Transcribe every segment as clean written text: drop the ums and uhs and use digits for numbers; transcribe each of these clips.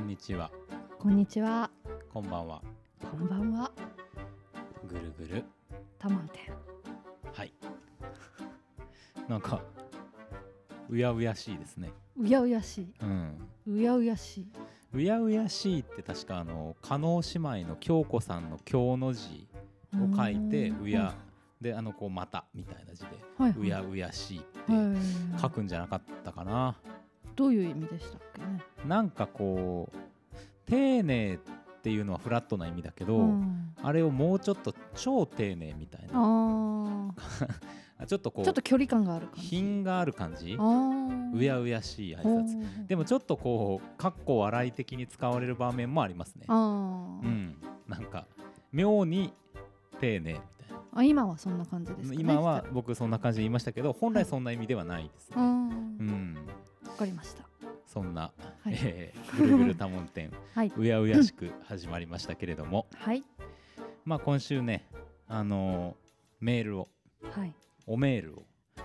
んにちは。 こんにちは。 こんばんは。 こんばんは。 ぐるぐる。 多聞店。 はい。なんかうやうやしいですね。 うやうやしい。うやうやしい。 うやうやしいって確か加納姉妹の京子さんの京の字を書いてうやでこうまたみたいな字で、うやうやしいって書くんじゃなかったかな。 どういう意味でしたっけね。 なんかこう丁寧っていうのはフラットな意味だけど、あれをもうちょっと超丁寧みたいなちょっとこうちょっと距離感がある感じ、 品がある感じ、うやうやしい挨拶でもちょっとこうかっこ笑い的に使われる場面もありますね。なんか妙に丁寧みたいな。 今はそんな感じですかね。 今は僕そんな感じで言いましたけど、本来そんな意味ではないですね。 わかりました。 そんな、ぐるぐる多聞店、うやうやしく始まりましたけれども、まあ今週ね、メールを、おメール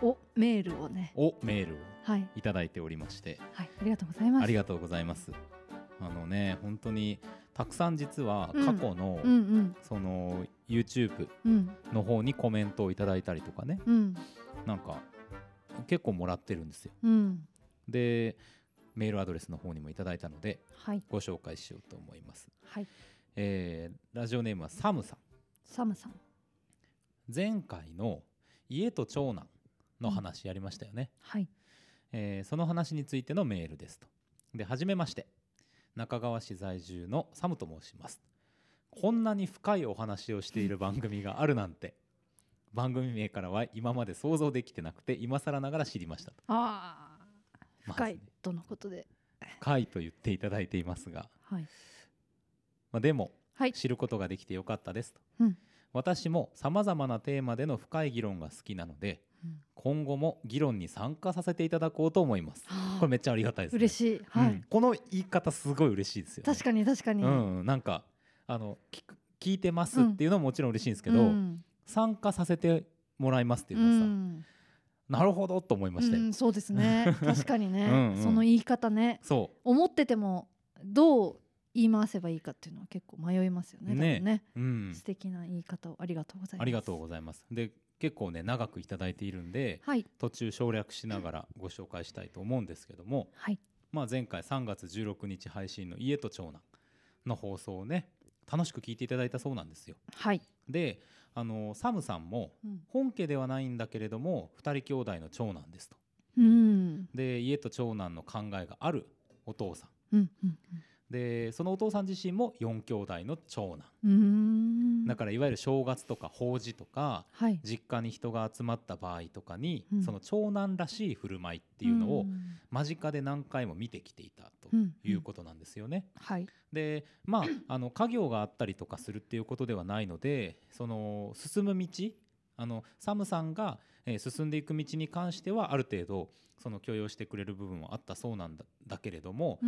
をいただいておりまして、 ありがとうございます。 ありがとうございます。本当にたくさん実は過去の、その YouTube の方にコメントをいただいたりとかね、なんか結構もらってるんですよ。でメールアドレスの方にもいただいたので、ご紹介しようと思います。ラジオネームはサムさん。前回の家と長男の話やりましたよね。その話についてのメールですと。で、はじめまして、中川市在住のサムと申します。こんなに深いお話をしている番組があるなんて番組名からは今まで想像できてなくて、今更ながら知りましたと。深いとのことで、 深いと言っていただいていますが、でも、知ることができてよかったですと。私もさまざまなテーマでの深い議論が好きなので、今後も議論に参加させていただこうと思います。これめっちゃありがたいですね。 嬉しい。 この言い方すごい嬉しいですよね。 確かに確かに。 なんか聞いてますっていうのももちろん嬉しいんですけど、参加させてもらいますっていうのはさ、なるほどと思いましたよ。 そうですね。確かにね。その言い方ね。思っててもどう言い回せばいいかっていうのは結構迷いますよね。素敵な言い方をありがとうございます。 ありがとうございます。で、結構ね長くいただいているんで、途中省略しながらご紹介したいと思うんですけども、前回3月16日配信の家と長男の放送をね楽しく聞いていただいたそうなんですよ。で、サムさんも本家ではないんだけれども2人兄弟の長男ですと。で、家と長男の考えがあるお父さん、でそのお父さん自身も4兄弟の長男だから、いわゆる正月とか法事とか、実家に人が集まった場合とかに、その長男らしい振る舞いっていうのを間近で何回も見てきていたということなんですよね。で、家業があったりとかするっていうことではないので、その進む道、サムさんが進んでいく道に関してはある程度その許容してくれる部分はあったそうなんだけれども、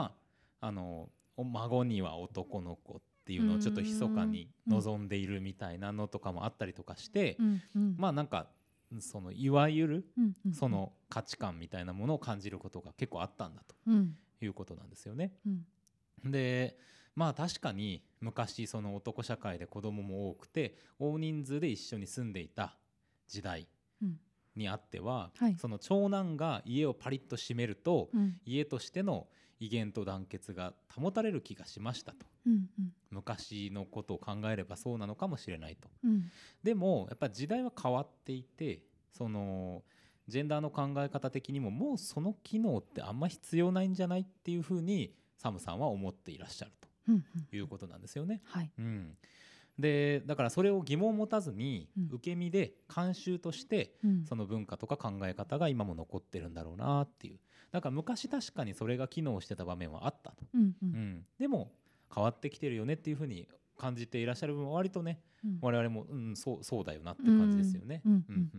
孫には男の子っていうのをちょっと密かに望んでいるみたいなのとかもあったりとかして、なんかそのいわゆるその価値観みたいなものを感じることが結構あったんだということなんですよね。で、確かに昔その男社会で子供も多くて大人数で一緒に住んでいた時代にあっては、その長男が家をパリッと閉めると、家としての威厳と団結が保たれる気がしましたと。昔のことを考えればそうなのかもしれないと。でもやっぱり時代は変わっていて、そのジェンダーの考え方的にももうその機能ってあんま必要ないんじゃないっていうふうにサムさんは思っていらっしゃるということなんですよね。で、だからそれを疑問を持たずに受け身で慣習としてその文化とか考え方が今も残ってるんだろうなっていう。だから昔確かにそれが機能してた場面はあったと。でも変わってきてるよねっていうふうに感じていらっしゃる分は割とね、我々もそうだよなって感じですよね。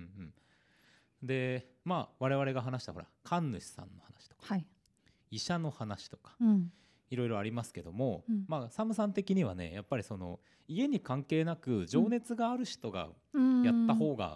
で、我々が話したほら神主さんの話とか、医者の話とか、いろいろありますけども、サムさん的にはねやっぱりその家に関係なく情熱がある人がやった方が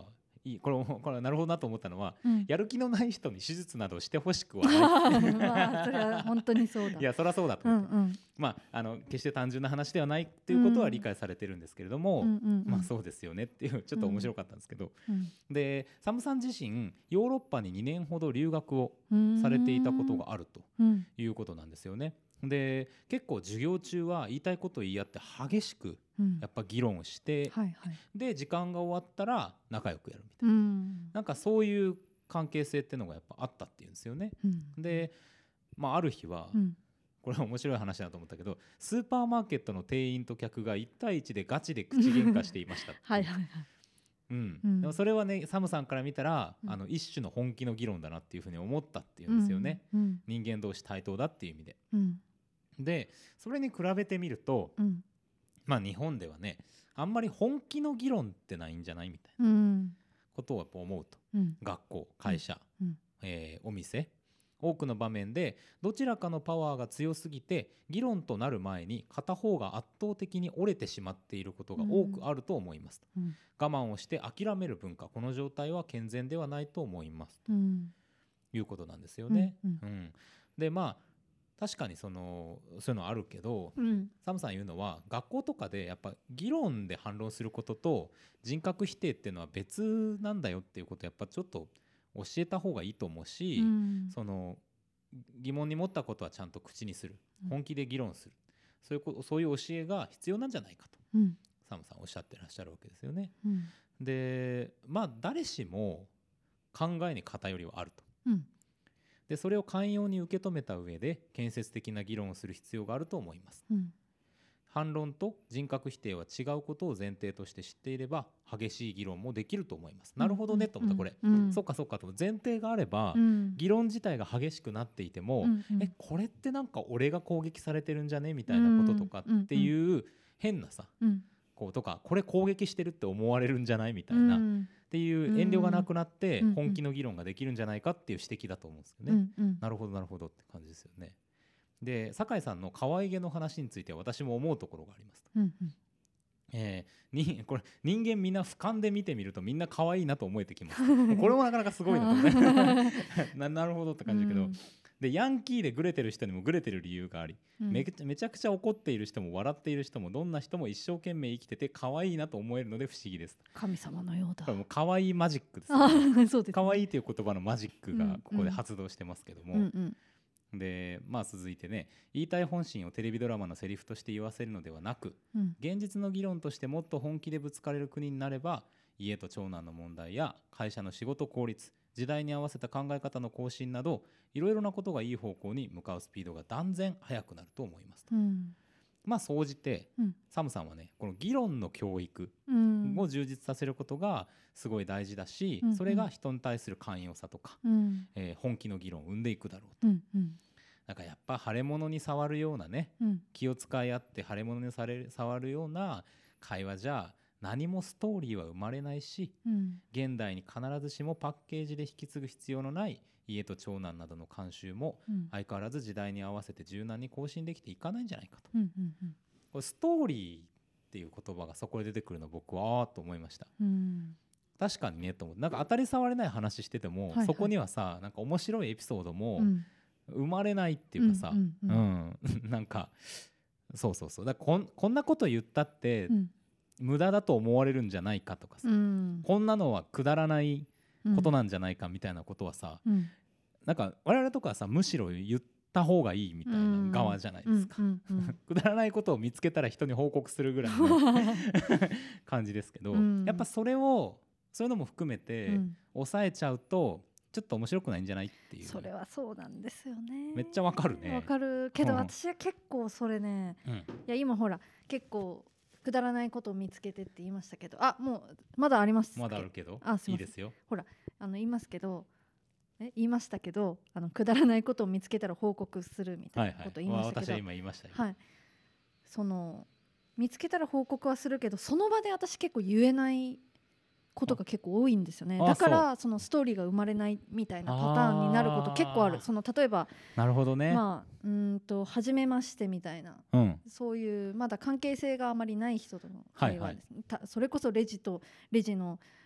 これなるほどなと思ったのは、 うん、 やる気のない人に手術などしてほしくはないまあそれは本当にそうだ。 いやそりゃそうだと思って、まあ決して単純な話ではないということは理解されてるんですけれども、まあそうですよねっていうちょっと面白かったんですけど、でサムさん自身ヨーロッパに2年ほど留学をされていたことがあるということなんですよね。で結構授業中は言いたいことを言い合って激しくやっぱ議論して、で時間が終わったら仲良くやるみたいな、なんかそういう関係性っていうのがやっぱあったっていうんですよね。で、まあ、ある日は、これは面白い話だと思ったけど、スーパーマーケットの店員と客が1対1でガチで口喧嘩していましたでもそれはねサムさんから見たら、一種の本気の議論だなっていうふうに思ったっていうんですよね、人間同士対等だっていう意味で、でそれに比べてみると、まあ日本ではねあんまり本気の議論ってないんじゃないみたいなことをやっぱ思うと、学校会社、お店多くの場面でどちらかのパワーが強すぎて議論となる前に片方が圧倒的に折れてしまっていることが多くあると思いますと、我慢をして諦める文化、この状態は健全ではないと思いますと、いうことなんですよね。でまあ確かにそういうのあるけど、サムさん言うのは学校とかでやっぱ議論で反論することと人格否定っていうのは別なんだよっていうことをやっぱちょっと教えた方がいいと思うし、疑問に持ったことはちゃんと口にする、本気で議論する、そういう教えが必要なんじゃないかと、サムさんおっしゃってらっしゃるわけですよね。でまあ誰しも考えに偏りはあると、でそれを寛容に受け止めた上で建設的な議論をする必要があると思います、反論と人格否定は違うことを前提として知っていれば激しい議論もできると思います。なるほどねと思った。これ、そっかそっかと前提があれば、議論自体が激しくなっていても、これってなんか俺が攻撃されてるんじゃねみたいなこととかっていう変なさ、こうとかこれ攻撃してるって思われるんじゃないみたいな、っていう遠慮がなくなって本気の議論ができるんじゃないかっていう指摘だと思うんですよね。なるほどなるほどって感じですよね。で酒井さんの可愛げの話については私も思うところがありますと、これ人間みんな俯瞰で見てみるとみんな可愛いなと思えてきますこれもなかなかすごいなと思ってなるほどって感じだけど、でヤンキーでグレてる人にもグレてる理由があり、めちゃくちゃ怒っている人も笑っている人もどんな人も一生懸命生きてて可愛いなと思えるので不思議です。 神様のようだ。 これも可愛いマジックですね。そうですね、可愛いという言葉のマジックがここで発動してますけども、でまあ続いてね、言いたい本心をテレビドラマのセリフとして言わせるのではなく、現実の議論としてもっと本気でぶつかれる国になれば、家と長男の問題や会社の仕事効率、時代に合わせた考え方の更新などいろいろなことがいい方向に向かうスピードが断然速くなると思いますと、まあ総じて、サムさんはねこの議論の教育を充実させることがすごい大事だし、それが人に対する寛容さとか、本気の議論を生んでいくだろうと、なんかやっぱ腫れ物に触るようなね、気を使い合って腫れ物に触るような会話じゃ何もストーリーは生まれないし、現代に必ずしもパッケージで引き継ぐ必要のない家と長男などの慣習も相変わらず時代に合わせて柔軟に更新できていかないんじゃないかと、これストーリーっていう言葉がそこで出てくるの僕はと思いました、確かにねと思って、なんか当たり障りない話してても、そこにはさなんか面白いエピソードも生まれないっていうかさ、なんかそうだからこんなこと言ったって、無駄だと思われるんじゃないかとかさ、こんなのはくだらないことなんじゃないかみたいなことはさ、なんか我々とかはさむしろ言った方がいいみたいな側じゃないですか、くだらないことを見つけたら人に報告するぐらいの感じですけど、やっぱそういうのも含めて抑えちゃうとちょっと面白くないんじゃないっていう。 それはそうなんですよね。 めっちゃわかるね。 わかるけど、私は結構それね、いや今ほら結構くだらないことを見つけてって言いましたけど、もうまだあります。 まだあるけど、いいですよ。 ほら言いますけど、言いましたけど、くだらないことを見つけたら報告するみたいなこと言いましたけど、 私は今言いましたよ。 見つけたら報告はするけど、その場で私結構言えないことが結構多いんですよね。だからそのストーリーが生まれないみたいなパターンになること結構ある。例えばなるほどね、 初めましてみたいな、そういうまだ関係性があまりない人との会話ですね、それこそレジの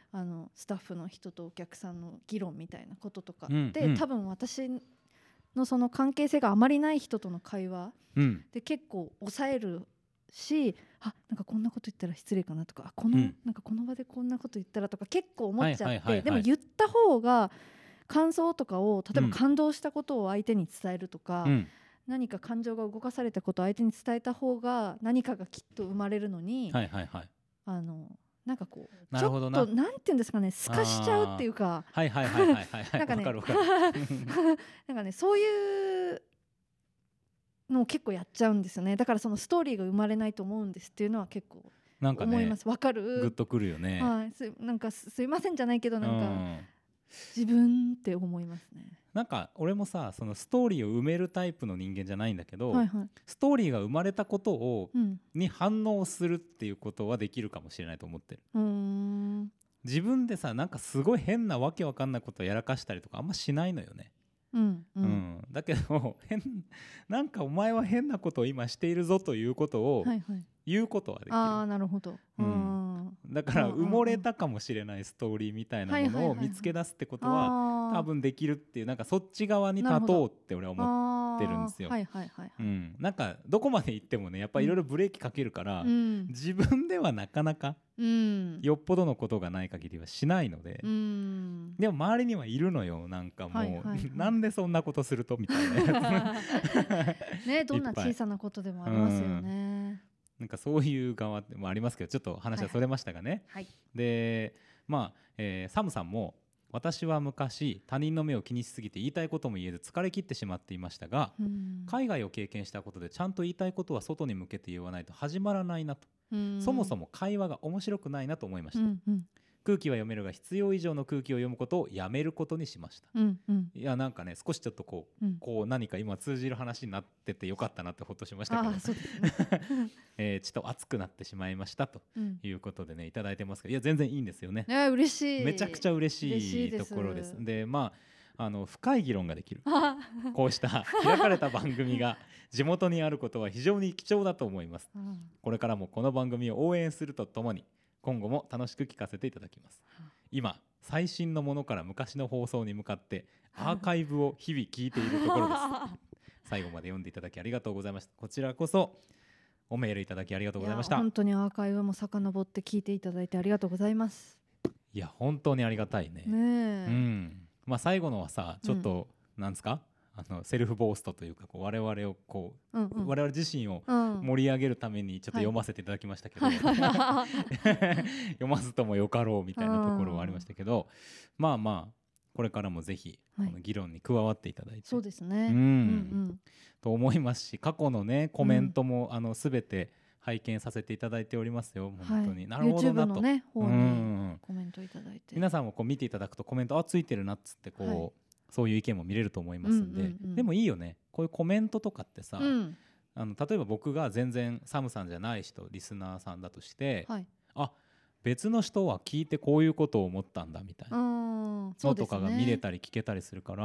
スタッフの人とお客さんの議論みたいなこととかって、多分私のその関係性があまりない人との会話で結構抑えるし、なんかこんなこと言ったら失礼かなとか、なんかこの場でこんなこと言ったらとか結構思っちゃって、でも言った方が感想とかを、例えば感動したことを相手に伝えるとか、何か感情が動かされたことを相手に伝えた方が何かがきっと生まれるのに、なんかこうちょっとなんていうんですかね、透かしちゃうっていうか、なんかねなんかね、そういうのを結構やっちゃうんですよね。だからそのストーリーが生まれないと思うんですっていうのは結構思います。わかる？ グッとくるよね。 なんかすいませんじゃないけど、なんか自分って思いますね。 なんか俺もさ、そのストーリーを埋めるタイプの人間じゃないんだけど、ストーリーが生まれたことを、に反応するっていうことはできるかもしれないと思ってる。自分でさ、なんかすごい変なわけわかんないことをやらかしたりとかあんましないのよね。だけどなんかお前は変なことを今しているぞということを言うことはできる。 なるほど。 だから埋もれたかもしれないストーリーみたいなものを見つけ出すってことは多分できるっていう、なんかそっち側に立とうって俺は思ってるんですよ。なんかどこまで行ってもね、やっぱいろいろブレーキかけるから、自分ではなかなかよっぽどのことがない限りはしないので、でも周りにはいるのよ。なんかもうなんでそんなことするとみたいなね、どんな小さなことでもありますよね。 なんかそういう側もありますけど、ちょっと話はそれましたがね。でサムさんも、私は昔他人の目を気にしすぎて言いたいことも言えず疲れ切ってしまっていましたが、海外を経験したことでちゃんと言いたいことは外に向けて言わないと始まらないなと、そもそも会話が面白くないなと思いました。空気は読めるが必要以上の空気を読むことをやめることにしました。いや、なんかね、少しちょっとこう何か今通じる話になっててよかったなってほっとしましたけど、ちょっと熱くなってしまいましたということでね、いただいてますけど、いや全然いいんですよね。 嬉しい、 めちゃくちゃ嬉しいところです。で深い議論ができるこうした開かれた番組が地元にあることは非常に貴重だと思います。これからもこの番組を応援するとともに今後も楽しく聞かせていただきます。今最新のものから昔の放送に向かってアーカイブを日々聞いているところです最後まで読んでいただきありがとうございました。こちらこそおメールいただきありがとうございました。 本当にアーカイブも遡って聞いていただいてありがとうございます。 いや本当にありがたいね。最後のはさ、ちょっとなんですか、セルフボーストというか、我々を我々自身を盛り上げるためにちょっと読ませていただきましたけど、読まずともよかろうみたいなところはありましたけど、これからもぜひこの議論に加わっていただいて、 そうですね、 と思いますし、過去のねコメントも全て拝見させていただいておりますよ。本当に、なるほどなと。 YouTube のね方にコメントいただいて、 皆さんも見ていただくとコメントついてるなっつってそういう意見も見れると思いますんで、でもいいよね、こういうコメントとかってさ、例えば僕が全然サムさんじゃない人、リスナーさんだとして、別の人は聞いてこういうことを思ったんだみたいなのとかが見れたり聞けたりするから、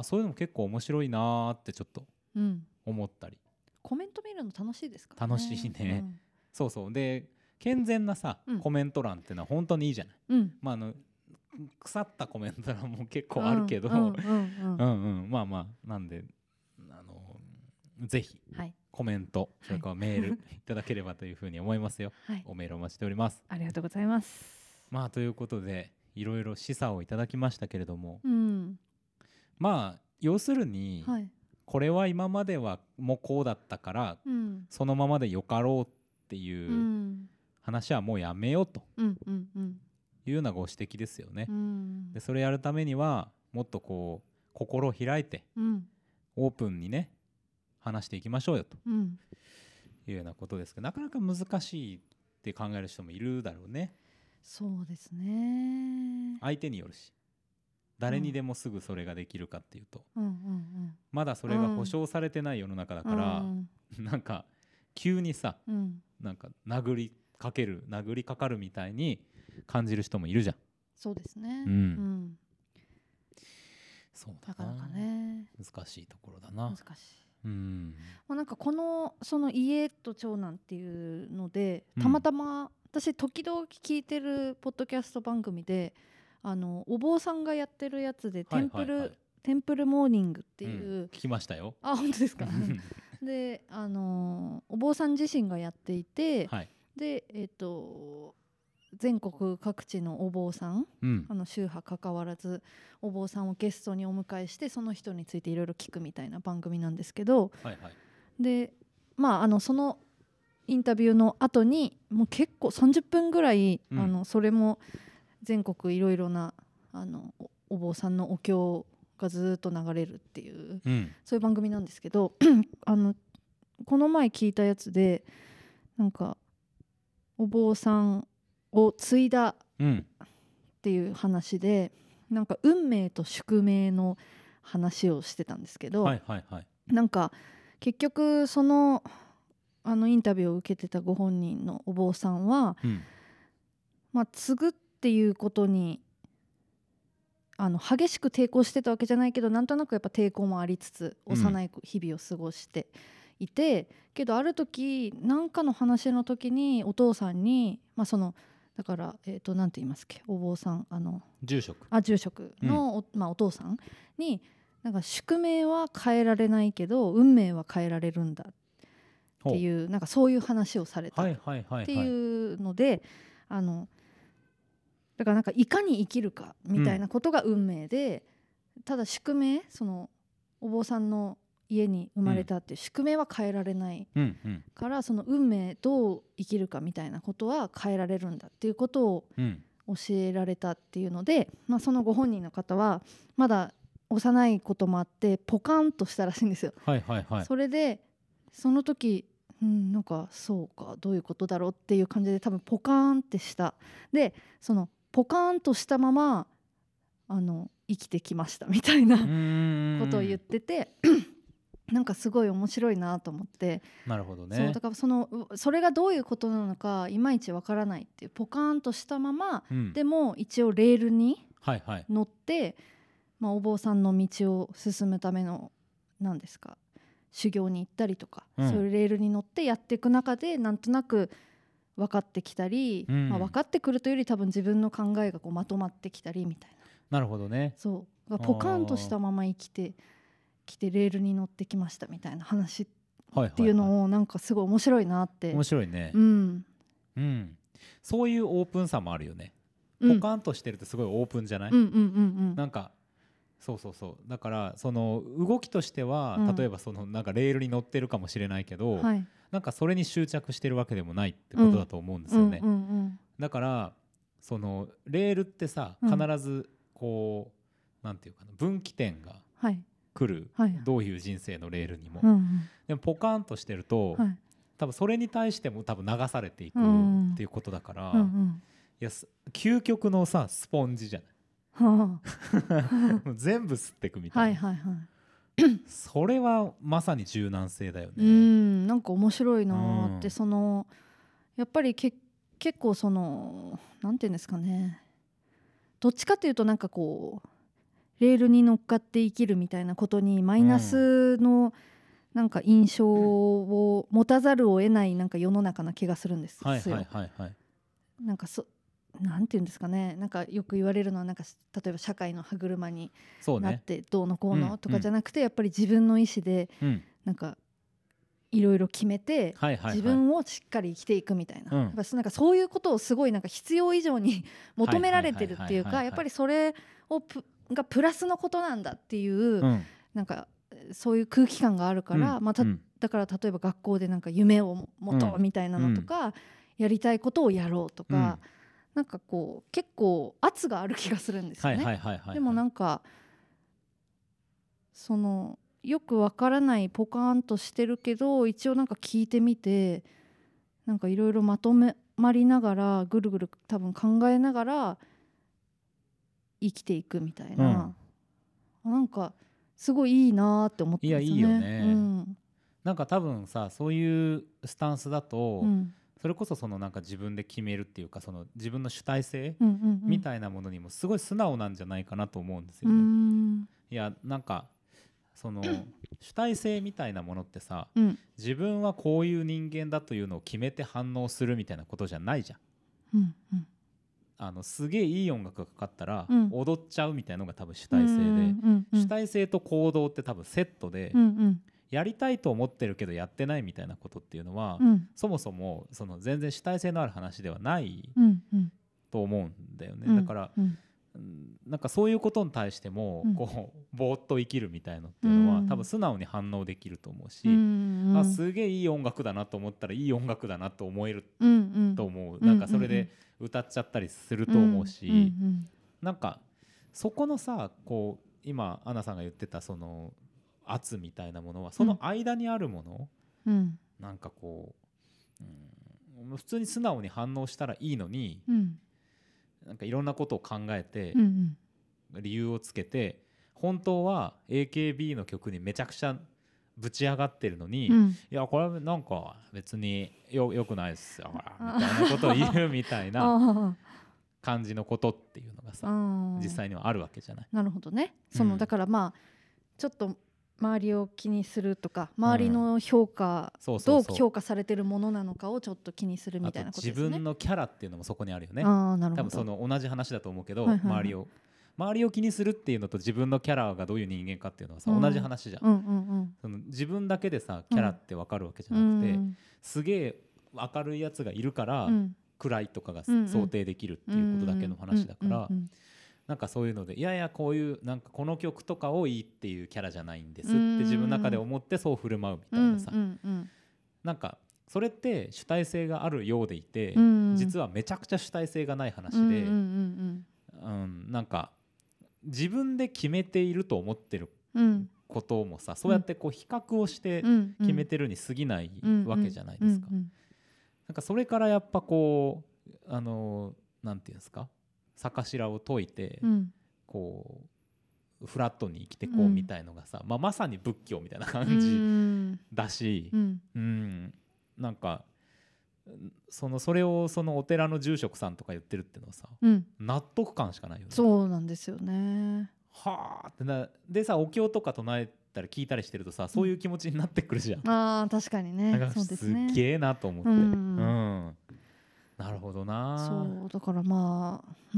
そういうのも結構面白いなってちょっと思ったり、 コメント見るの楽しいですかね。 楽しいね、そうそう。で健全なさ、コメント欄ってのは本当にいいじゃない、腐ったコメント欄も結構あるけど、なんでぜひコメント、それからメールいただければというふうに思いますよ。おメールお待ちしております。 ありがとうございます。 ということでいろいろ示唆をいただきましたけれども、要するに、これは今まではもうこうだったから、そのままでよかろうっていう話はもうやめようというようなご指摘ですよね。でそれやるためにはもっと心を開いて、オープンにね話していきましょうよというようなことですけど、なかなか難しいって考える人もいるだろうね。 そうですね。 相手によるし、誰にでもすぐそれができるかっていうと、まだそれが保証されてない世の中だから、なんか急にさ、なんか殴りかかるみたいに感じる人もいるじゃん。 そうですね。 そうだな、 なかなかね難しいところだな。 難しい。なんかその家と長男っていうので、たまたま私時々聞いてるポッドキャスト番組でお坊さんがやってるやつでテンプルモーニングっていう、 聞きましたよ。 あ、本当ですかでお坊さん自身がやっていて、で全国各地のお坊さん、宗派関わらずお坊さんをゲストにお迎えしてその人についていろいろ聞くみたいな番組なんですけど、でそのインタビューの後にもう結構30分ぐらい、それも全国いろいろなお坊さんのお経がずっと流れるっていう、そういう番組なんですけどこの前聞いたやつでなんかお坊さんを継いだっていう話で、なんか運命と宿命の話をしてたんですけど、なんか結局そのインタビューを受けてたご本人のお坊さんは、継ぐっていうことに激しく抵抗してたわけじゃないけど、なんとなくやっぱ抵抗もありつつ幼い日々を過ごしていて、けどある時何かの話の時にお父さんに、だからなんて言いますっけ、お坊さん住職の お父さんになんか宿命は変えられないけど運命は変えられるんだっていう、なんかそういう話をされたっていうので、だからなんかいかに生きるかみたいなことが運命で、ただ宿命、そのお坊さんの家に生まれたっていう宿命は変えられないから、その運命どう生きるかみたいなことは変えられるんだっていうことを教えられたっていうので、そのご本人の方はまだ幼いこともあってポカンとしたらしいんですよ。それでその時、なんかそうかどういうことだろうっていう感じで多分ポカーンってした。でそのポカーンとしたまま生きてきましたみたいなことを言っててなんかすごい面白いなと思って。 なるほどね。 そうだからそれがどういうことなのかいまいちわからないっていう、ポカーンとしたまま、でも一応レールに乗って、お坊さんの道を進むための何ですか修行に行ったりとか、そういうレールに乗ってやっていく中でなんとなく分かってきたり、分かってくるというより多分自分の考えがこうまとまってきたりみたいな。なるほどね。 そうポカンとしたまま生きてきてレールに乗ってきましたみたいな話っていうのをなんかすごい面白いなって。 面白いね。そういうオープンさもあるよね。ポカンとしてるってすごいオープンじゃない？なんかそうだからその動きとしては、例えばそのなんかレールに乗ってるかもしれないけど、なんかそれに執着してるわけでもないってことだと思うんですよね。だからそのレールってさ、必ずこうなんていうかな、分岐点が来る、どういう人生のレールにも。でもポカンとしてると、多分それに対しても多分流されていくっていうことだから、いや究極のさスポンジじゃない。全部吸っていくみたいな、それはまさに柔軟性だよね。 なんか面白いなって、そのやっぱり結構そのなんていうんですかね、どっちかっていうとなんかこうレールに乗っかって生きるみたいなことにマイナスのなんか印象を持たざるを得ないなんか世の中な気がするんですよ。なんかなんていうんですかね、なんかよく言われるのはなんか例えば社会の歯車になってどうのこうのとかじゃなくて、やっぱり自分の意思でなんかいろいろ決めて自分をしっかり生きていくみたいな、やっぱなんかそういうことをすごいなんか必要以上に求められてるっていうか、やっぱりそれがプラスのことなんだっていう、なんかそういう空気感があるから、だから例えば学校でなんか夢を持とうみたいなのとか、やりたいことをやろうとか、なんかこう結構圧がある気がするんですよね。でもなんかそのよくわからないポカーンとしてるけど、一応なんか聞いてみてなんかいろいろまとまりながらぐるぐる多分考えながら生きていくみたいな、なんかすごいいいなって思ってますよね。 いやいいよね、なんか多分さそういうスタンスだと、それこそそのなんか自分で決めるっていうか、その自分の主体性みたいなものにもすごい素直なんじゃないかなと思うんですよね。いやなんかその主体性みたいなものってさ、自分はこういう人間だというのを決めて反応するみたいなことじゃないじゃん。 うんうん、すげえいい音楽がかかったら踊っちゃうみたいなのが多分主体性で、主体性と行動って多分セットで、やりたいと思ってるけどやってないみたいなことっていうのは、そもそもその全然主体性のある話ではないと思うんだよね。だから、なんかそういうことに対してもこうぼーっと生きるみたいのっていうのは多分素直に反応できると思うし、あ、すげえいい音楽だなと思ったらいい音楽だなと思えると思う。なんかそれで歌っちゃったりすると思うし、なんかそこのさ、こう今アナさんが言ってたその圧みたいなものはその間にあるもの、なんかこう、普通に素直に反応したらいいのに、なんかいろんなことを考えて、理由をつけて本当は AKB の曲にめちゃくちゃぶち上がってるのに、いやこれなんか別によくないっすよみたいなことを言うみたいな感じのことっていうのがさ実際にはあるわけじゃない。 なるほどね。だからまあちょっと周りを気にするとか、周りの評価、どう評価されてるものなのかをちょっと気にするみたいなことですね。 自分のキャラっていうのもそこにあるよね。 なるほど。 多分その同じ話だと思うけど、周りを気にするっていうのと自分のキャラがどういう人間かっていうのはさ、同じ話じゃん。その自分だけでさキャラって分かるわけじゃなくて、すげえ明るいやつがいるから、暗いとかが想定できるっていうことだけの話だから、なんかそういうので、いやいやこういうなんかこの曲とかをいいっていうキャラじゃないんですって自分の中で思ってそう振る舞うみたいなさ、なんかそれって主体性があるようでいて、実はめちゃくちゃ主体性がない話で、なんか自分で決めていると思ってることもさ、そうやってこう比較をして決めてるに過ぎないわけじゃないですか。なんかそれからやっぱこうなんていうんですか、逆しらを解いて、こうフラットに生きてこうみたいのがさ、まさに仏教みたいな感じだし、なんかそれをそのお寺の住職さんとか言ってるっていうのはさ、納得感しかないよね。 そうなんですよね。 はあってでさ、お経とか唱えたり聞いたりしてるとさ、そういう気持ちになってくるじゃん。 確かにね。 そうですね。すげえなと思って、なるほどな。 そうだからまあ、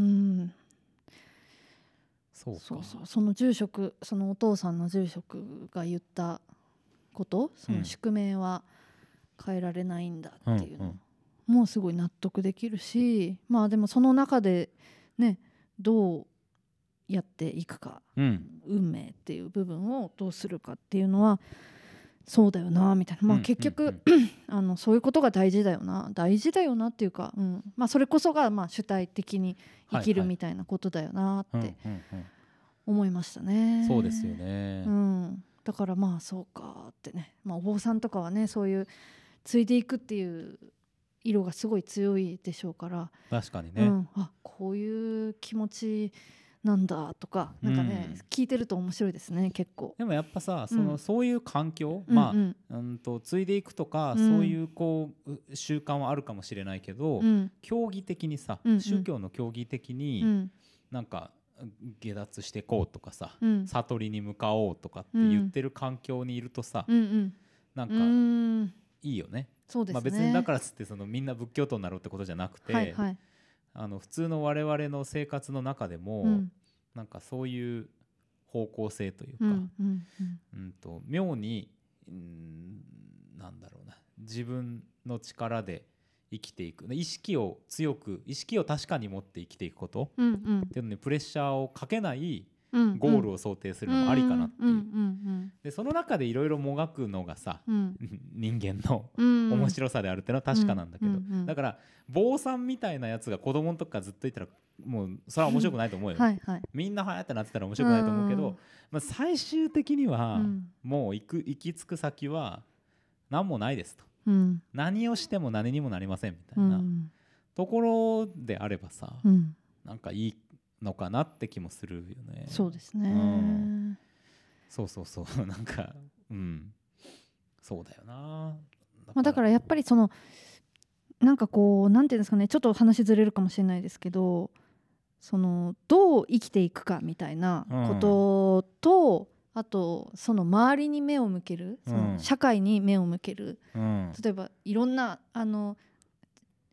そうその住職、そのお父さんの住職が言ったこと、その宿命は変えられないんだっていうのもすごい納得できるし、まあでもその中でね、どうやっていくか、運命っていう部分をどうするかっていうのはそうだよなみたいな、結局そういうことが大事だよなっていうか、それこそが主体的に生きるみたいなことだよなって思いましたね。 そうですよね。 だからまあそうかってね、お坊さんとかはね、そういう継いでいくっていう色がすごい強いでしょうから、 確かにね、 こういう気持ちなんだとか、なんかね、聞いてると面白いですね。結構でもやっぱさ、そういう環境、継いでいくとか、そういうこう習慣はあるかもしれないけど、教義的にさ、宗教の教義的に、なんか下脱していこうとかさ、悟りに向かおうとかって言ってる環境にいるとさ、なんかいいよね。 そうですね。 別にだからっつってみんな仏教徒になろうってことじゃなくて、普通の我々の生活の中でも、なんかそういう方向性というか、妙になんだろうな、自分の力で生きていく、意識を確かに持って生きていくことっていうのにプレッシャーをかけないゴールを想定するのもありかなっていう。でその中でいろいろもがくのがさ、人間の面白さであるっていうのは確かなんだけど、だから坊さんみたいなやつが子供の時からずっといたらもうそれは面白くないと思うよ。みんなはやってなってたら面白くないと思うけど、最終的にはもう行き着く先は何もないですと、何をしても何にもなりませんみたいなところであればさ、なんかいいのかなって気もするよね。 そうですね、 そうなんかそうだよな。 だからやっぱりなんかこうなんていうんですかね、ちょっと話ずれるかもしれないですけど、どう生きていくかみたいなことと、あとその周りに目を向ける、その社会に目を向ける、例えばいろんな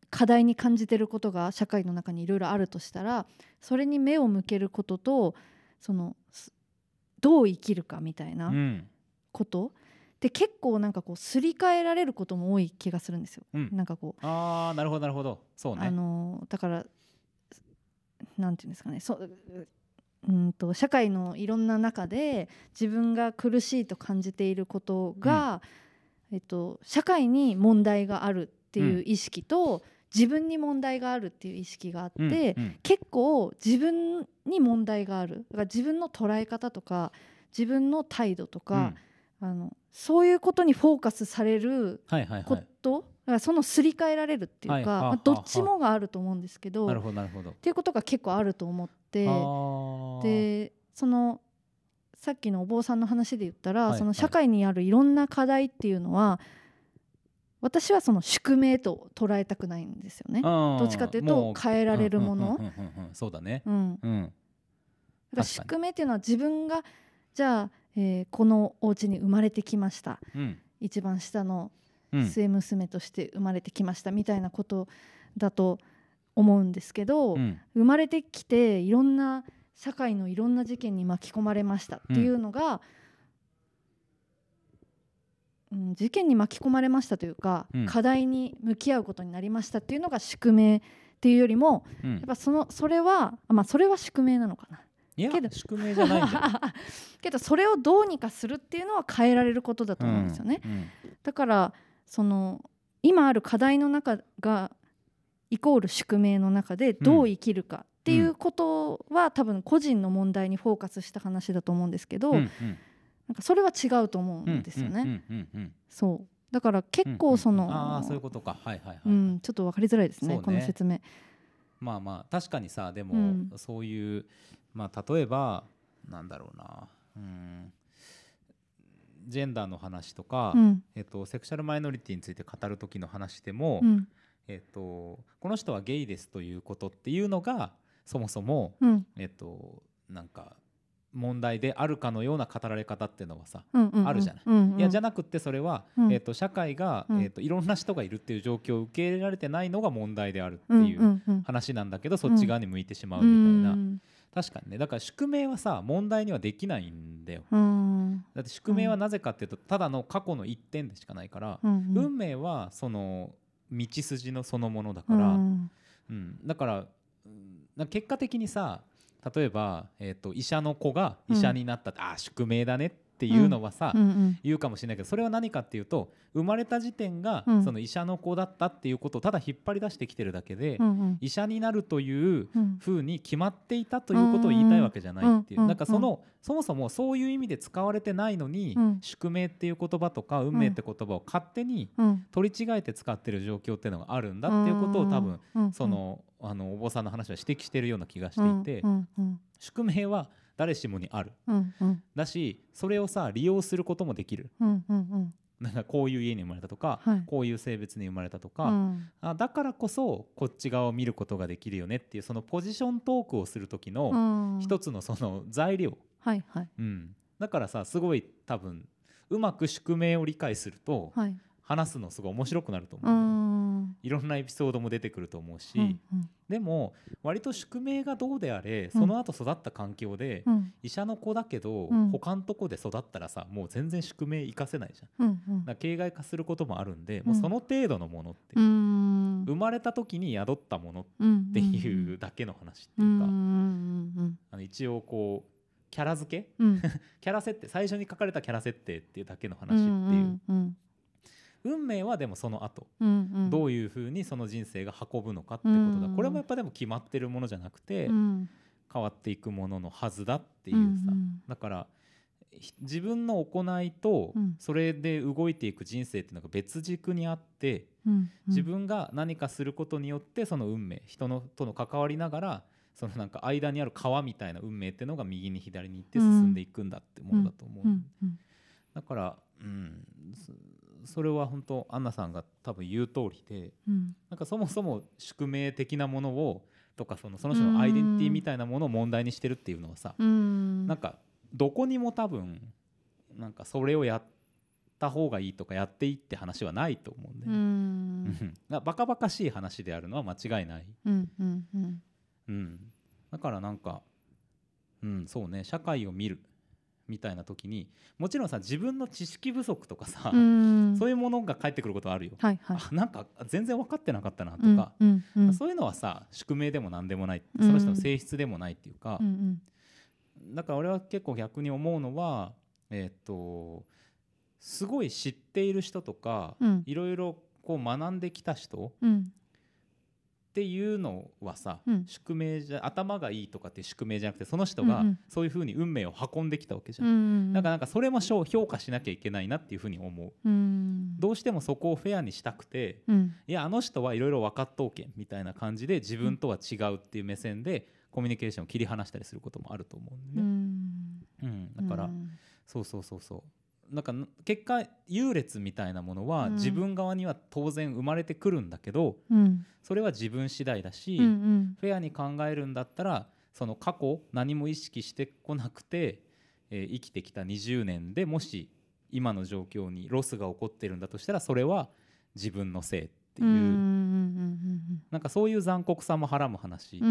課題に感じてることが社会の中にいろいろあるとしたら、それに目を向けることとどう生きるかみたいなこと、で結構なんかこうすり替えられることも多い気がするんですよ、なんかこうなるほどなるほど、そうね、 だからなんていうんですかね、社会のいろんな中で自分が苦しいと感じていることが、社会に問題があるっていう意識と、自分に問題があるっていう意識があって、結構自分に問題がある、だから自分の捉え方とか自分の態度とか、そういうことにフォーカスされること、だからそのすり替えられるっていうか、どっちもがあると思うんですけど、っていうことが結構あると思って、でさっきのお坊さんの話で言ったら、その社会にあるいろんな課題っていうのは、私はその宿命と捉えたくないんですよね。どっちかというと変えられるもの。 そうだね。 だから宿命っていうのは自分がじゃあ、このお家に生まれてきました、一番下の末娘として生まれてきましたみたいなことだと思うんですけど、生まれてきていろんな社会のいろんな事件に巻き込まれましたっていうのが、事件に巻き込まれましたというか、課題に向き合うことになりましたっていうのが宿命っていうよりも、やっぱそれは宿命なのかな。 いや、宿命じゃないんだけどそれをどうにかするっていうのは変えられることだと思うんですよね。だから今ある課題の中がイコール宿命の中でどう生きるかっていうことは、多分個人の問題にフォーカスした話だと思うんですけど、なんかそれは違うと思うんですよね。そうだから結構そういうことか、ちょっと分かりづらいですね、この説明。 まあまあ確かにさ、でもそういう、例えばなんだろうな、ジェンダーの話とか、セクシャルマイノリティについて語る時の話でも、この人はゲイですということっていうのがそもそも、なんか問題であるかのような語られ方っていうのはさ、あるじゃない。いやじゃなくってそれは、社会が、いろんな人がいるっていう状況を受け入れられてないのが問題であるっていう話なんだけど、そっち側に向いてしまうみたいな。確かにね、だから宿命はさ問題にはできないんだよ。だって宿命はなぜかっていうと、ただの過去の一点でしかないから、運命はその道筋のそのものだから、だから結果的にさ、例えば、医者の子が医者になった、宿命だねっていうのはさ、言うかもしれないけど、それは何かっていうと、生まれた時点がその医者の子だったっていうことをただ引っ張り出してきてるだけで、医者になるという風に決まっていたということを言いたいわけじゃないっていう、なんかそもそもそういう意味で使われてないのに、宿命っていう言葉とか運命って言葉を勝手に取り違えて使ってる状況っていうのがあるんだっていうことを、多分お坊さんの話は指摘してるような気がしていて、宿命は誰しもにある、だし、それをさ利用することもできる、なんかこういう家に生まれたとか、こういう性別に生まれたとか、だからこそこっち側を見ることができるよねっていう、そのポジショントークをする時の一つのその材料、だからさ、すごい多分うまく宿命を理解すると、話すのすごい面白くなると思うんだよ。いろんなエピソードも出てくると思うし、でも割と宿命がどうであれ、その後育った環境で、医者の子だけど、他のとこで育ったらさ、もう全然宿命生かせないじゃん。だから形骸化することもあるんで、もうその程度のものって、生まれた時に宿ったものっていうだけの話っていうか、一応こうキャラ付け、キャラ設定、最初に書かれたキャラ設定っていうだけの話っていう、運命はでもその後、どういうふうにその人生が運ぶのかってことだ。これもやっぱでも決まってるものじゃなくて、変わっていくもののはずだっていうさ、だから自分の行いとそれで動いていく人生っていうのが別軸にあって、自分が何かすることによってその運命、人との関わりながら、そのなんか間にある川みたいな運命っていうのが右に左に行って進んでいくんだってものだと思う。だから、それは本当アンナさんが多分言う通りで、なんかそもそも宿命的なものをとか、その人のアイデンティティみたいなものを問題にしてるっていうのはさ、なんかどこにも多分なんかそれをやった方がいいとかやっていいって話はないと思うんで、バカバカしい話であるのは間違いない、だからなんか、そうね、社会を見るみたいな時にもちろんさ、自分の知識不足とかさ、そういうものが返ってくることはあるよ、なんか全然分かってなかったなとか、そういうのはさ宿命でも何でもない、その人の性質でもないっていうか、だから俺は結構逆に思うのは、すごい知っている人とか、いろいろこう学んできた人、っていうのはさ、宿命じゃ、頭がいいとかっていう宿命じゃなくて、その人がそういう風に運命を運んできたわけじゃん、だからなんかそれも評価しなきゃいけないなっていう風に思う、どうしてもそこをフェアにしたくて、いやあの人はいろいろ分かっとうけんみたいな感じで自分とは違うっていう目線でコミュニケーションを切り離したりすることもあると思うんでね、だからそうなんか結果優劣みたいなものは自分側には当然生まれてくるんだけど、それは自分次第だし、フェアに考えるんだったら、その過去何も意識してこなくて、生きてきた20年でもし今の状況にロスが起こってるんだとしたら、それは自分のせいっていう、なんかそういう残酷さもはらむ話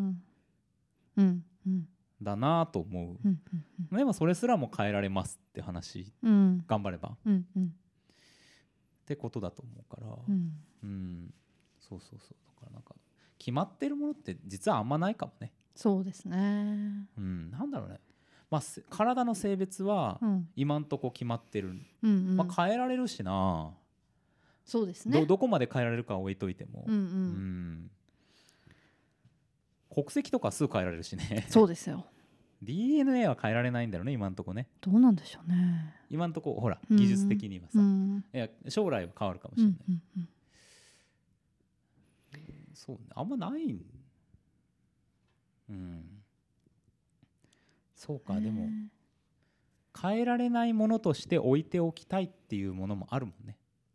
だなと思う、でもそれすらも変えられますって話、頑張れば、ってことだと思うから、そうだからなんか決まってるものって実はあんまないかもね。 そうですね、 なんだろうね、体の性別は今んとこ決まってる、変えられるしな。 そうですね、 どこまで変えられるかは置いといても、国籍とかすぐ変えられるしね。 そうですよ。 DNA は変えられないんだろうね、今んとこね。 どうなんでしょうね。 今んとこほら、技術的にはさ、いや将来は変わるかもしれない。そうね、あんまないそうか、でも変えられないものとして置いておきたいっていうものもあるもんね。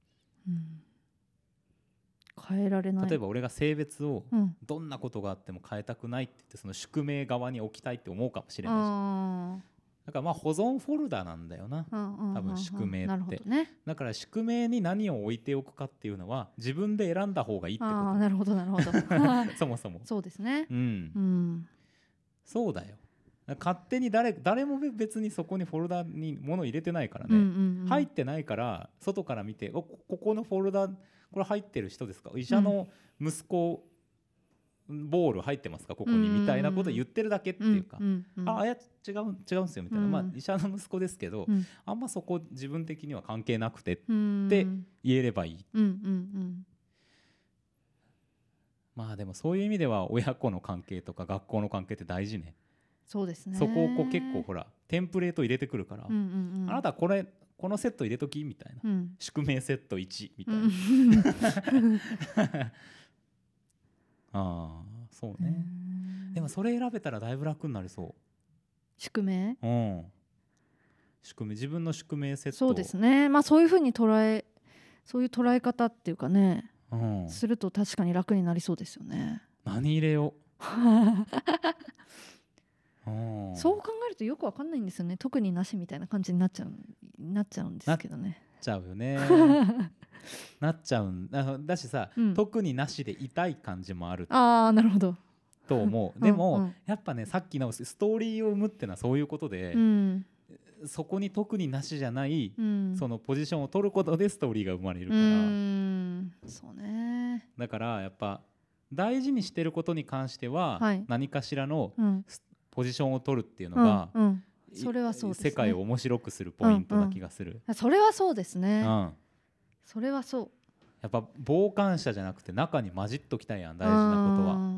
変えられない。 例えば俺が性別をどんなことがあっても変えたくないって言って、その宿命側に置きたいって思うかもしれないじゃん。だから保存フォルダなんだよな、多分宿命って。だから宿命に何を置いておくかっていうのは自分で選んだ方がいいってこと。 なるほどそもそもそうですね。 そうだよ。勝手に誰も別にそこにフォルダに物入れてないからね、入ってないから、外から見てここのフォルダこれ入ってる人ですか、医者の息子ボール入ってますかここにみたいなこと言ってるだけっていうか、いや違うんですよみたいな、医者の息子ですけど、あんまそこ自分的には関係なくてって言えればいい。でもそういう意味では親子の関係とか学校の関係って大事ね。 そうですね。 そこを結構ほらテンプレート入れてくるから、あなたこのセット入れときみたいな、宿命セット1みたいな。そうね。でもそれ選べたらだいぶ楽になりそう。 宿命？ 宿命、自分の宿命セット。 そうですね。そういうふうにそういう捉え方っていうかね、すると確かに楽になりそうですよね。 何入れよう。 そう考えるとよくわかんないんですよね。特になしみたいな感じになっちゃうんですけどね。 なっちゃうよね。なっちゃうんだしさ、特になしでいたい感じもある。 なるほど。 と思う。でもやっぱね、さっきのストーリーを生むってのはそういうことで、そこに特になしじゃない、そのポジションを取ることでストーリーが生まれるから。 そうね。 だからやっぱ大事にしてることに関しては、何かしらのポジションを取るっていうのが、 それはそうですね、 世界を面白くするポイントな気がする。 それはそうですね。それはそう。 やっぱ傍観者じゃなくて中に混じっときたいやん、大事なことは。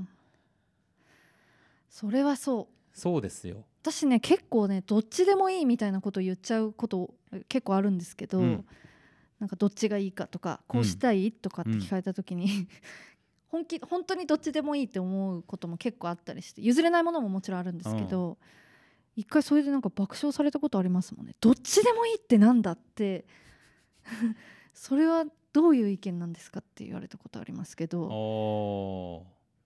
それはそうですよ。 私ね、結構ね、どっちでもいいみたいなことを言っちゃうこと結構あるんですけど、なんかどっちがいいかとかこうしたいとかって聞かれた時に、本当にどっちでもいいって思うことも結構あったりして、譲れないものももちろんあるんですけど、一回それでなんか爆笑されたことありますもんね。どっちでもいいってなんだってそれはどういう意見なんですかって言われたことありますけど、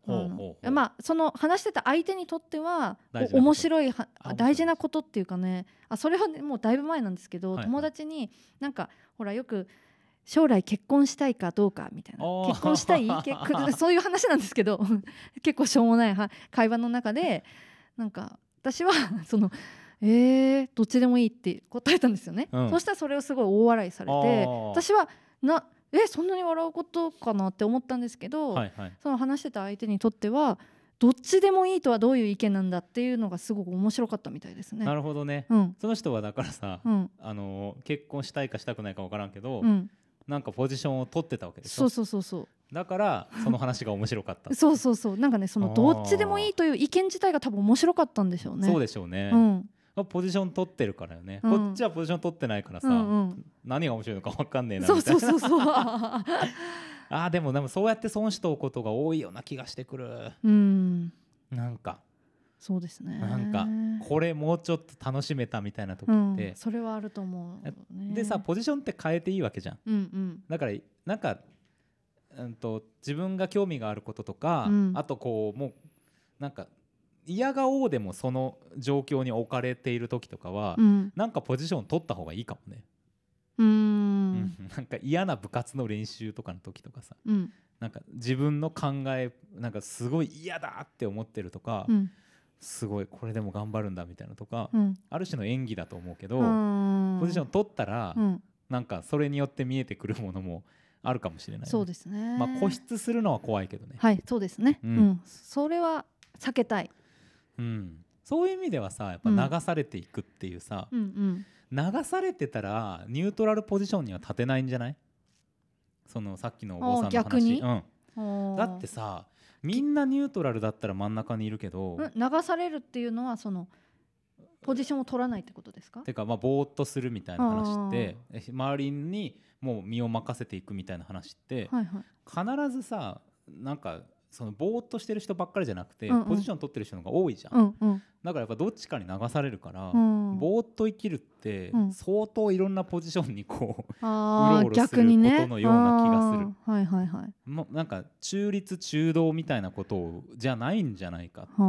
まあその話してた相手にとっては面白い大事なことっていうかね、それは、ね、もうだいぶ前なんですけど、友達になんかほらよく将来結婚したいかどうかみたいな、結婚したいそういう話なんですけど結構しょうもない会話の中でなんか私はそのどっちでもいいって答えたんですよね、そしたらそれをすごい大笑いされて、私はそんなに笑うことかなって思ったんですけど、その話してた相手にとってはどっちでもいいとはどういう意見なんだっていうのがすごく面白かったみたいですね。 なるほどね、その人はだからさ、結婚したいかしたくないか分からんけど、なんかポジションを取ってたわけでしょ。そうだからその話が面白かったそうなんかね、そのどっちでもいいという意見自体が多分面白かったんでしょうね。 そうでしょうね、ポジション取ってるからよね、こっちはポジション取ってないからさ、何が面白いのか分かんねえなみたいなでもそうやって損しとうことが多いような気がしてくる。なんかそうですね、 なんかこれもうちょっと楽しめたみたいな時って、 それはあると思う、ね、 でさ、ポジションって変えていいわけじゃん、だからなんか、自分が興味があることとか、あとこうもうなんか嫌がおうでもその状況に置かれている時とかは、なんかポジション取った方がいいかもね。なんか嫌な部活の練習とかの時とかさ、なんか自分の考えなんかすごい嫌だって思ってるとか、すごいこれでも頑張るんだみたいなとか、ある種の演技だと思うけど、ポジション取ったら、なんかそれによって見えてくるものもあるかもしれない、ね、 そうですね。 固執するのは怖いけどね。 そうですね、それは避けたい、 そういう意味ではさ、やっぱ流されていくっていうさ、流されてたらニュートラルポジションには立てないんじゃない？そのさっきのお坊さんの話。 逆に、 だってさ、みんなニュートラルだったら真ん中にいるけど、 流されるっていうのはそのポジションを取らないってことですか？ てかぼーっとするみたいな話って周りにもう身を任せていくみたいな話って、必ずさ、なんかそのぼーっとしてる人ばっかりじゃなくて、ポジション取ってる人の方が多いじゃん、だからやっぱどっちかに流されるから、ぼーっと生きるって相当いろんなポジションにこううろうろすることのような気がする、なんか中立中道みたいなことじゃないんじゃないかっていう。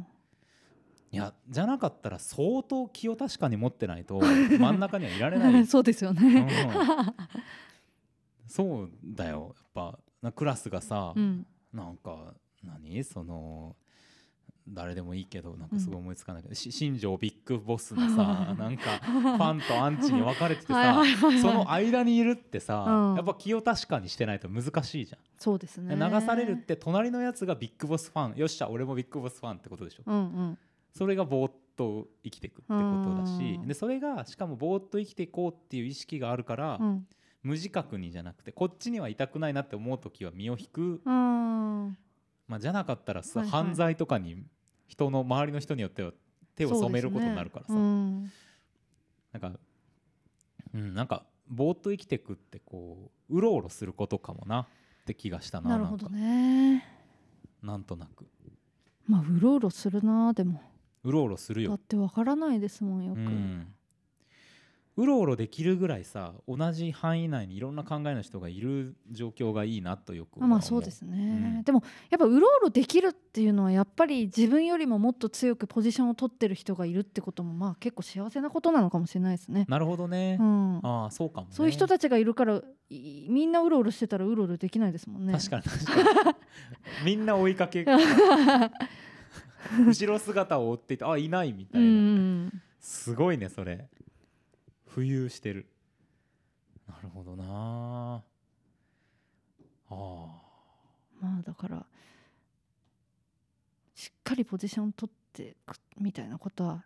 いや、じゃなかったら相当気を確かに持ってないと真ん中にはいられないそうですよね、 そうだよ。やっぱクラスがさ、なんかその誰でもいいけど、なんかすごい思いつかないけど、新庄ビッグボスのさなんかファンとアンチに分かれててさその間にいるってさ、やっぱ気を確かにしてないと難しいじゃん。 そうですね。 流されるって隣のやつがビッグボスファン、よっしゃ俺もビッグボスファンってことでしょ、それがぼーっと生きていくってことだし、でそれがしかもぼーっと生きていこうっていう意識があるから、無自覚にじゃなくてこっちにはいたくないなって思う時は身を引く、じゃなかったらさ、犯罪とかに人の周りの人によっては手を染めることになるからさ、なんかぼーっと生きていくってこううろうろすることかもなって気がしたな。 なるほどね。 なんとなくうろうろするな。でもうろうろするよ。 だってわからないですもん、よく。 うろうろできるぐらいさ、同じ範囲内にいろんな考えの人がいる状況がいいなとよく思う。 そうですね、でもやっぱうろうろできるっていうのはやっぱり自分よりももっと強くポジションを取ってる人がいるってことも結構幸せなことなのかもしれないですね。 なるほどね、そうかもね。 そういう人たちがいるからみんなうろうろしてたらうろうろできないですもんね。 確かにみんな追いかけ後ろ姿を追っていていないみたいな、すごいねそれ。浮遊してる。なるほどな。 だからしっかりポジション取っていくみたいなことは、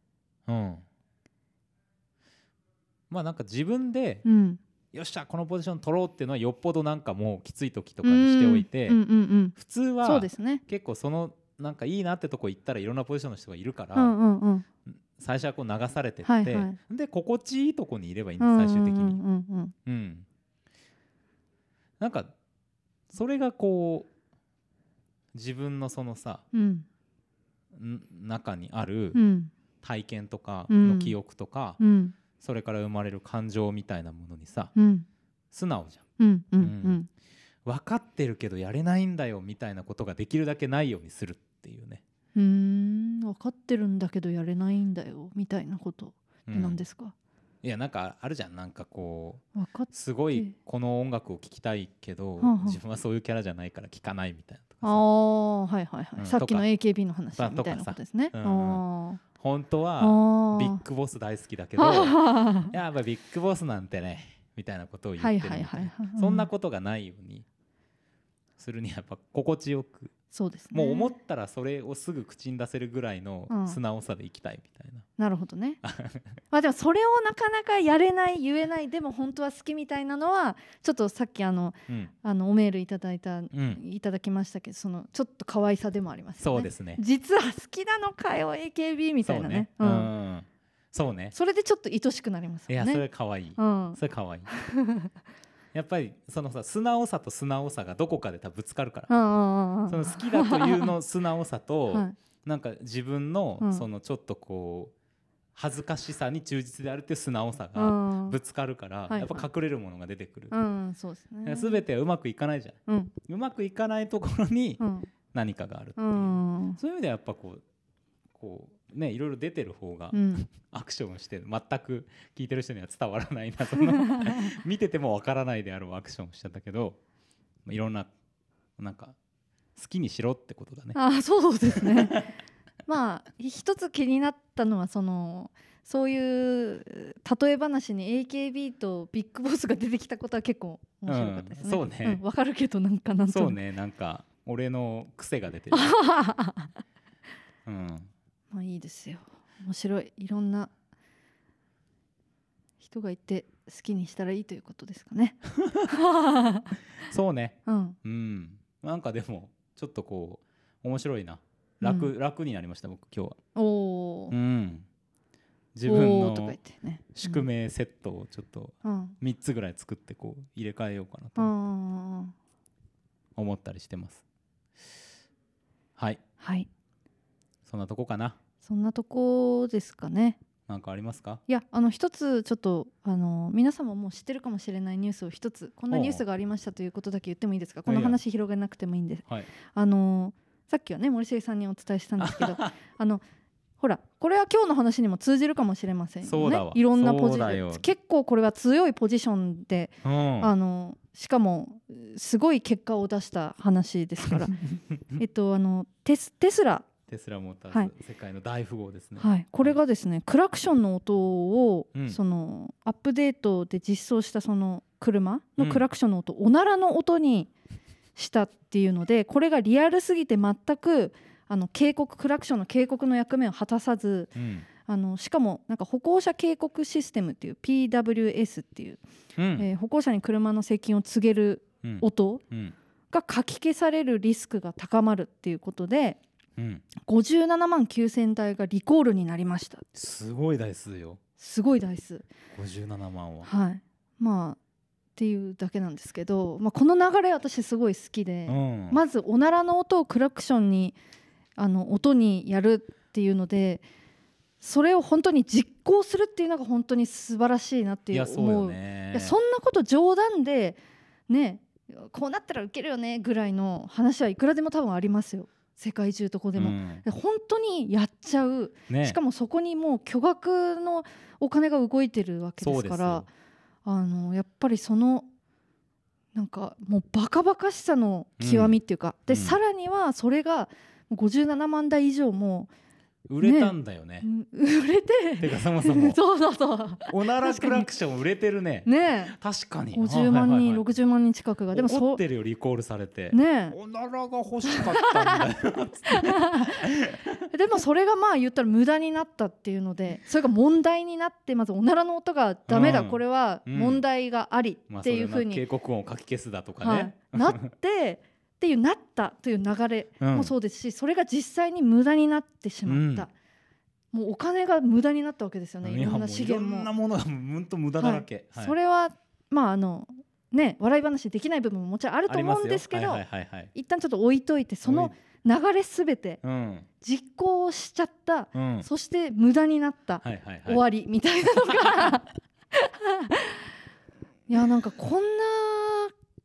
なんか自分で、よっしゃこのポジション取ろうっていうのはよっぽどなんかもうきつい時とかにしておいて、普通はそうですね、 結構そのなんかいいなってとこ行ったらいろんなポジションの人がいるから、最初はこう流されてって、で心地いいとこにいればいいんです、最終的に。なんかそれがこう自分のそのさ、中にある体験とかの記憶とか、それから生まれる感情みたいなものにさ、素直じゃん。 分かってるけどやれないんだよみたいなことができるだけないようにするっていうね。 分かってるんだけどやれないんだよみたいなことって何ですか？ いやなんかあるじゃん、なんかこう分かってすごいこの音楽を聴きたいけど、自分はそういうキャラじゃないから聴かないみたいなとかさ、 はいはいはい、さっきの AKB の話みたいなことですね。 本当はビッグボス大好きだけどやっぱビッグボスなんてねみたいなことを言ってるみたいな、そんなことがないようにするにはやっぱ心地よく、 そうですね、 もう思ったらそれをすぐ口に出せるぐらいの素直さでいきたいみたいな、 なるほどねまあでもそれをなかなかやれない言えない、でも本当は好きみたいなのはちょっとさっきおメールいただきましたけど、そのちょっと可愛さでもありますよね。 そうですね、 実は好きなのかよ AKB みたいなね。 そうね、 それでちょっと愛しくなりますよね。 いやそれ可愛い、それ可愛いやっぱりそのさ、素直さと素直さがどこかで多分ぶつかるから、その好きだというの素直さと、なんか自分のそのちょっとこう恥ずかしさに忠実であるっていう素直さがぶつかるから、やっぱ隠れるものが出てくる。 そうですね、 全てはうまくいかないじゃん、うまくいかないところに何かがあるっていう、そういう意味ではやっぱこうね、いろいろ出てる方が、アクションして全く聞いてる人には伝わらないな、その見ててもわからないであろうアクションをしちゃったけど、いろんななんか好きにしろってことだね。 そうですねまあ一つ気になったのはそういう例え話に AKB とビッグボスが出てきたことは結構面白かったですね。 そうね、 わかるけどなんとそうね、なんか俺の癖が出てるまあいいですよ、面白い、いろんな人がいて好きにしたらいいということですかねそうね、なんかでもちょっとこう面白いな、楽になりました僕今日は。自分の宿命セットをちょっと3つぐらい作ってこう入れ替えようかなと思ったりしてます。はい、そんなとこかな。 そんなとこですかね。 なんかありますか？いや一つちょっと皆様もう知ってるかもしれないニュースを一つ、こんなニュースがありましたということだけ言ってもいいですか？この話広げなくてもいいんで、さっきはね森重さんにお伝えしたんですけどほらこれは今日の話にも通じるかもしれませんよね。いろんなポジション、結構これは強いポジションで、しかもすごい結果を出した話ですからテスラモーターズ、世界の大富豪ですね。 これがですね、クラクションの音を、そのアップデートで実装したその車のクラクションの音、おならの音にしたっていうので、これがリアルすぎて全くクラクションの警告の役目を果たさず、しかもなんか歩行者警告システムっていう PWS っていう、歩行者に車の接近を告げる音がかき消されるリスクが高まるっていうことで、57万9000台がリコールになりました。 すごい台数よ。 すごい台数。 57万は。 まあっていうだけなんですけど、この流れ私すごい好きで、まずおならの音をクラクションに音にやるっていうので、それを本当に実行するっていうのが本当に素晴らしいなっていう思う。いやそんなこと冗談でね、こうなったらウケるよねぐらいの話はいくらでも多分ありますよ、世界中どこでも。本当にやっちゃう、しかもそこにもう巨額のお金が動いてるわけですから、やっぱりそのなんかもうバカバカしさの極みっていうか、でさらにはそれが57万台以上も売れたんだよね。 売れててかそもそもそうおならクラクション売れてるね。確かに 50万人60万人近くが。 でも怒ってるよ、リコールされて。おならが欲しかったんだよでもそれがまあ言ったら無駄になったっていうので、それが問題になって、まずおならの音がダメだ、これは問題がありっていうふうに警告音をかき消すだとかね、 なってっていうなったという流れもそうですし、それが実際に無駄になってしまった、もうお金が無駄になったわけですよね。いろんな資源もいろんなものが本当無駄だらけ、 それはまあ笑い話できない部分ももちろんあると思うんですけど、一旦ちょっと置いといて、その流れすべて実行しちゃった、そして無駄になった、終わりみたいなのがいやなんかこ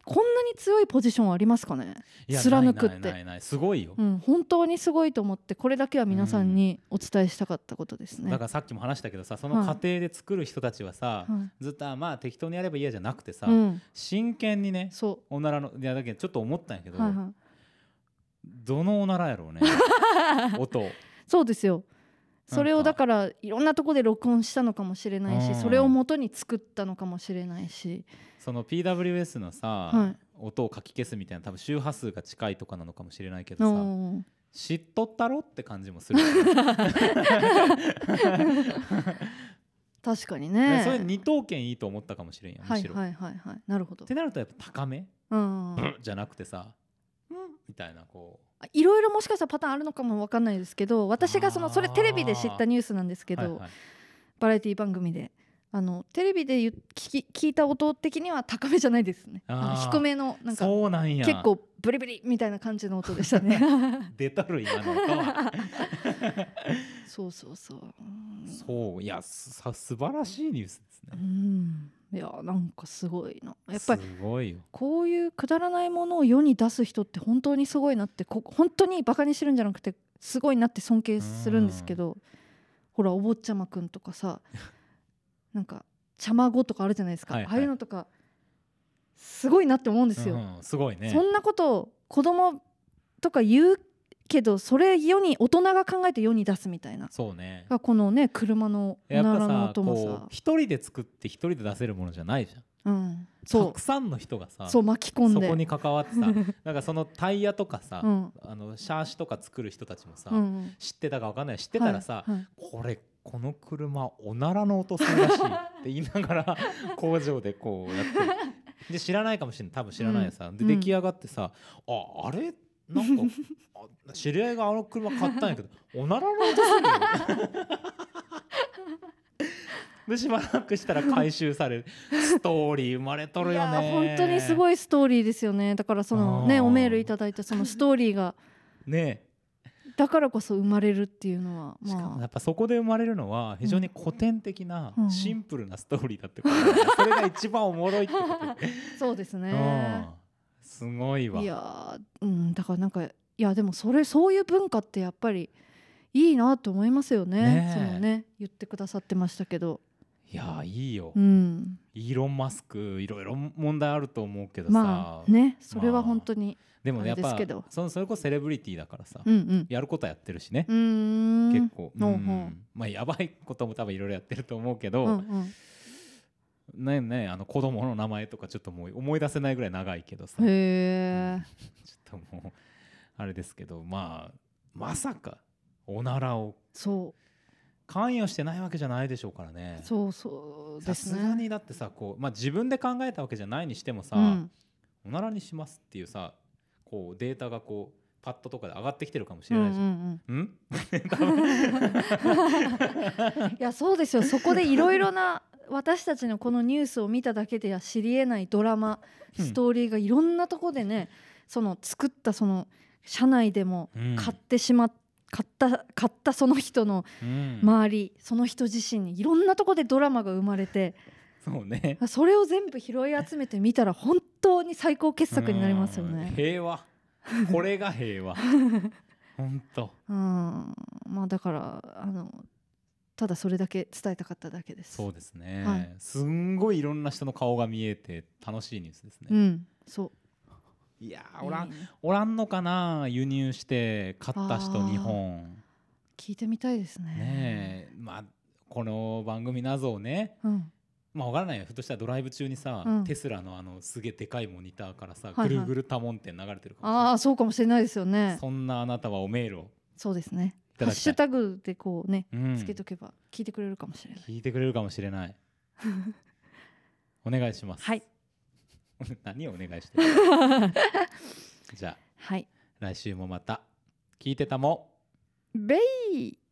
こんなに強いポジションありますかね。貫くってないすごいよ、 本当にすごいと思って、これだけは皆さんにお伝えしたかったことですね。 だからさっきも話したけどさ、その過程で作る人たちはさ、ずっとまあ適当にやればいいやじゃなくてさ、真剣にね、おならの、いやだけどちょっと思ったんやけど、どのおならやろうね音そうですよ。それをだからいろんなところで録音したのかもしれないし、それを元に作ったのかもしれないし、 その PWS のさ、音をかき消すみたいな多分周波数が近いとかなのかもしれないけどさ、知っとったろって感じもする確かにね。 それ二等圏いいと思ったかもしれんや、むしろ。 なるほど。 ってなるとやっぱ高め、じゃなくてさ、みたいな、こういろいろもしかしたらパターンあるのかも分かんないですけど、私がそれテレビで知ったニュースなんですけど、バラエティ番組でテレビで聞いた音的には高めじゃないですね。低めのなんか結構ブリブリみたいな感じの音でしたね出とる今の音はそういや素晴らしいニュースですね。 いやなんかすごいな、やっぱりこういうくだらないものを世に出す人って本当にすごいなって、本当にバカにしてるんじゃなくてすごいなって尊敬するんですけど、ほらお坊ちゃまくんとかさなんかちゃまごとかあるじゃないですか、ああいうのとかすごいなって思うんですよ。 すごいね。 そんなことを子供とか言うけど、それ世に大人が考えて世に出すみたいな。 そうね。 このね車のおならの音もさ、 一人で作って一人で出せるものじゃないじゃん。たくさんの人がさ、 巻き込んでそこに関わってさなんかそのタイヤとかさ、シャーシとか作る人たちもさ、知ってたか分かんない、知ってたらさ、この車おならの音するらしいって言いながら工場でこうやってで知らないかもしれない、多分知らないやさ、で出来上がってさ、あれなんか知り合いがあの車買ったんやけどおならの音するよでしばらくしたら回収されるストーリー生まれとるよね。 いや本当にすごいストーリーですよね。だからそのねおメールいただいたそのストーリーがねだからこそ生まれるっていうのは、 しかもやっぱそこで生まれるのは非常に古典的なシンプルなストーリーだってこと、それが一番おもろいってことそうですね。 すごいわ。 いや、だからなんかいやでもそういう文化ってやっぱりいいなと思いますよね。そのね言ってくださってましたけど。 いやいいよ、イーロン・マスクいろいろ問題あると思うけどさ、 それは本当にでもやっぱそれこそセレブリティだからさ、やることはやってるしね、結構やばいことも多分いろいろやってると思うけど、子供の名前とかちょっともう思い出せないぐらい長いけどさ、ちょっともうあれですけど、まさかおならを関与してないわけじゃないでしょうからね。そうですね。さすがにだってさ自分で考えたわけじゃないにしてもさ、おならにしますっていうさデータがパッドとかで上がってきてるかもしれないじゃん。 いやそうですよ。そこでいろいろな私たちのこのニュースを見ただけでは知りえないドラマ、ストーリーがいろんなところでね、その作ったその社内でも買ったその人の周り、その人自身にいろんなところでドラマが生まれて、それを全部拾い集めてみたら本当に最高傑作になりますよね。 平和、これが平和本当。 だからただそれだけ伝えたかっただけです。 そうですね、すんごいいろんな人の顔が見えて楽しいニュースですね。いやおらんのかな、輸入して買った人日本。 聞いてみたいですね。 この番組謎をね、分からないよ、ふとしたらドライブ中にさ、テスラのすげえでかいモニターからさ、ぐるぐる多聞天流れてるかもしれない。 そうかもしれないですよね。 そんなあなたはおメールを。 そうですね、ハッシュタグでつけとけば聞いてくれるかもしれない。 聞いてくれるかもしれないお願いします。何をお願いしてるじゃあ、来週もまた聞いてたもベイ